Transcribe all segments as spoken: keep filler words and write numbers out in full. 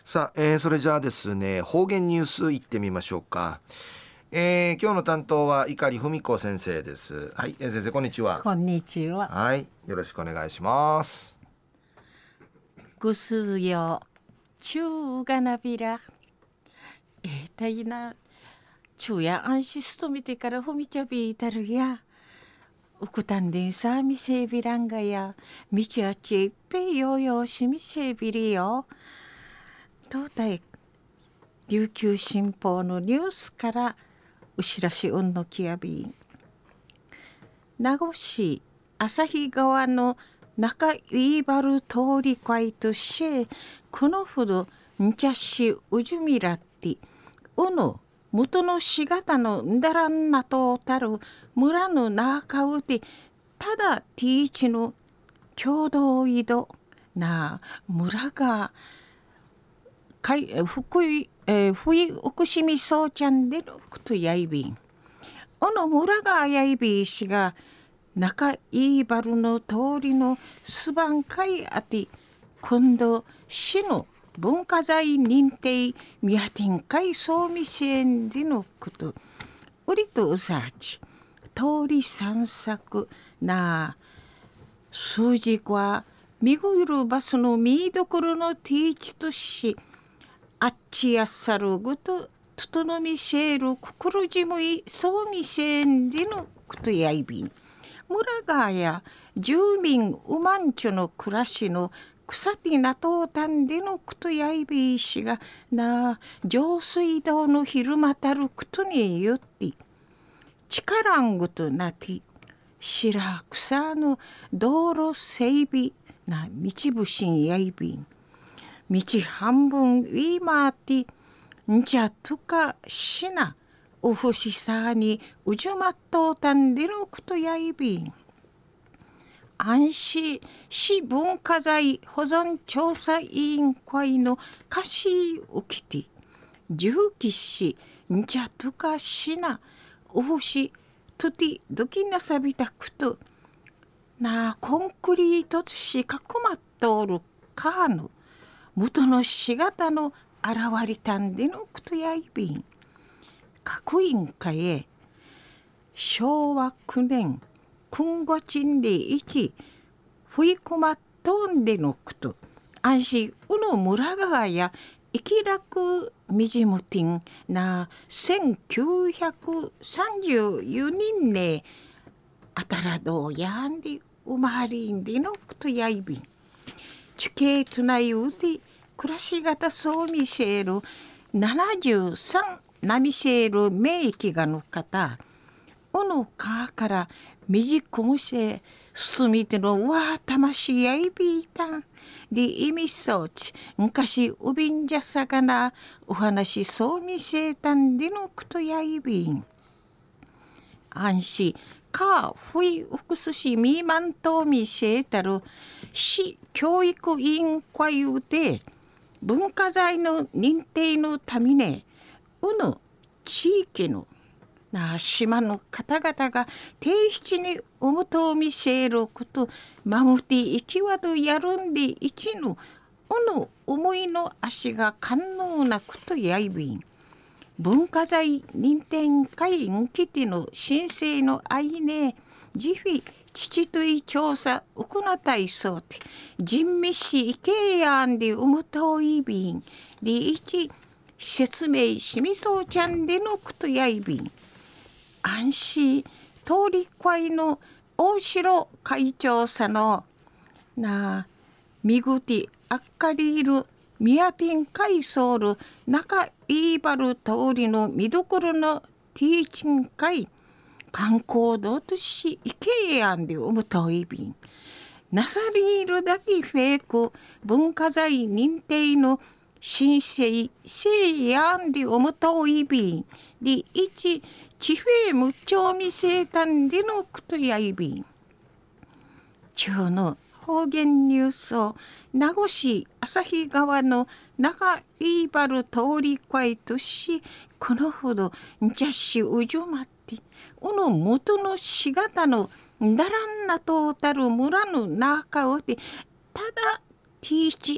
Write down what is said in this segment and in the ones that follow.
さあ、えーそれじゃあですね、方言ニュースいってみましょうか。えー今日の担当は碇文子先生です。はい、えー先生こんにちは。 こんにちは。 はい、よろしくお願いします。 ぐすよ中がなびらえーたいな昼夜安心すとみてからふみちゃびいたるやうくたんでんさみせびらんがやみちあちいっぺいよよしみせびりよ東大琉球新報のニュースからうしらしうんのきやびん名護市旭川の中イーバル通り会としてこのほどんちゃしうじゅみらってうの元のしがたのんだらんなとたる村の中うでただティーチの共同移動な村がかい福井えー、ふいうくしみそうちゃんでのことやいびんおの村がやいびいしが中イーバルの通りのすばんかいあて今度市の文化財認定ミヤティン会総味支援でのことうりとうさち通り散策な数字はみぐいるバスの見どころのティーチとしあっちやっさるぐとととのみせるくくるじもいそうみせんでのことやいびん村がや住民うまんちゅの暮らしの草木なとうたんでのことやいびいしがな上水道の昼間たることによって力んぐとなって白草の道路整備な道ぶしんやいびん道半分ウィーマーティんじゃとかしなおふしさにうじゅまっとうたんでのことやいびん安市市文化財保存調査委員会の歌詞をきて重機しんじゃとかしなおふしとてどきなさびたくとなコンクリートしかくまっとおるカーヌ元のしがたの現りたんでのことやいびん各員会へしょうわくねんくんごちんでいちふいこまっとんでのこと安心うの村川や生きらくみじむてんなせんきゅうひゃくさんじゅうよにんねあたらどうやんでうまりんでのことやいびん地形つないうで暮らし方そうみせるななじゅうさんなみせる名域がの方おのかからみじこむせすみてのわたましやいびいたんで意味そうち昔うびんじゃさかなお話そうみせたんでのことやいびん安心かふいうくすしみまんとみせたる市教育委員会で文化財の認定のためねうぬ地域のな島の方々が定七におむとを見せること守って生きわどやるんでいちのうぬ思いの足が官能なことやいびん文化財認定会員きての申請のあいね自費父とい調査うくなたいそうて人密しいけやんでうむといびんでいち説明しみそうちゃんでのことやいびん安心通り会の大城会長さのなみぐてあっかりいるミヤティン会ソール中イーバル通りの見どころのティーチン会観光道としいけやんでおむといびんなさりいるだけフェイク文化財認定の申請せやんでおむといびんでいち地平無調見せたんでのことやいびん中の方言ニュースを名護市旭川の中イーバル通り会としこのほどんじゃしうじゅまっておの元のしがたのだらんなとうたる村の中をでただティーチ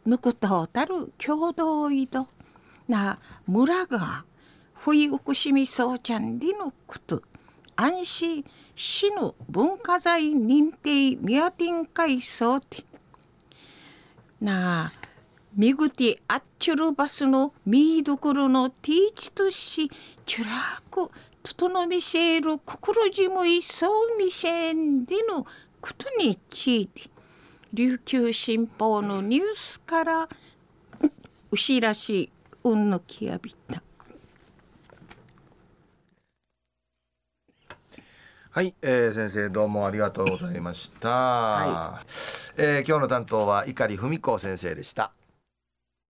ぬくとたる共同移動な村がふいうくしみそうちゃんりのこと安心死ぬ文化財認定ミヤティン会そうてなあみぐてあっちゅるバスのみどころのティーチとしちゅらくととのみせる心じもいそうみせんでのことについて琉球新報のニュースからうしらしうんのきやびた。 はい、えー、先生どうもありがとうございました、はい、えー、今日の担当は碇文子先生でした。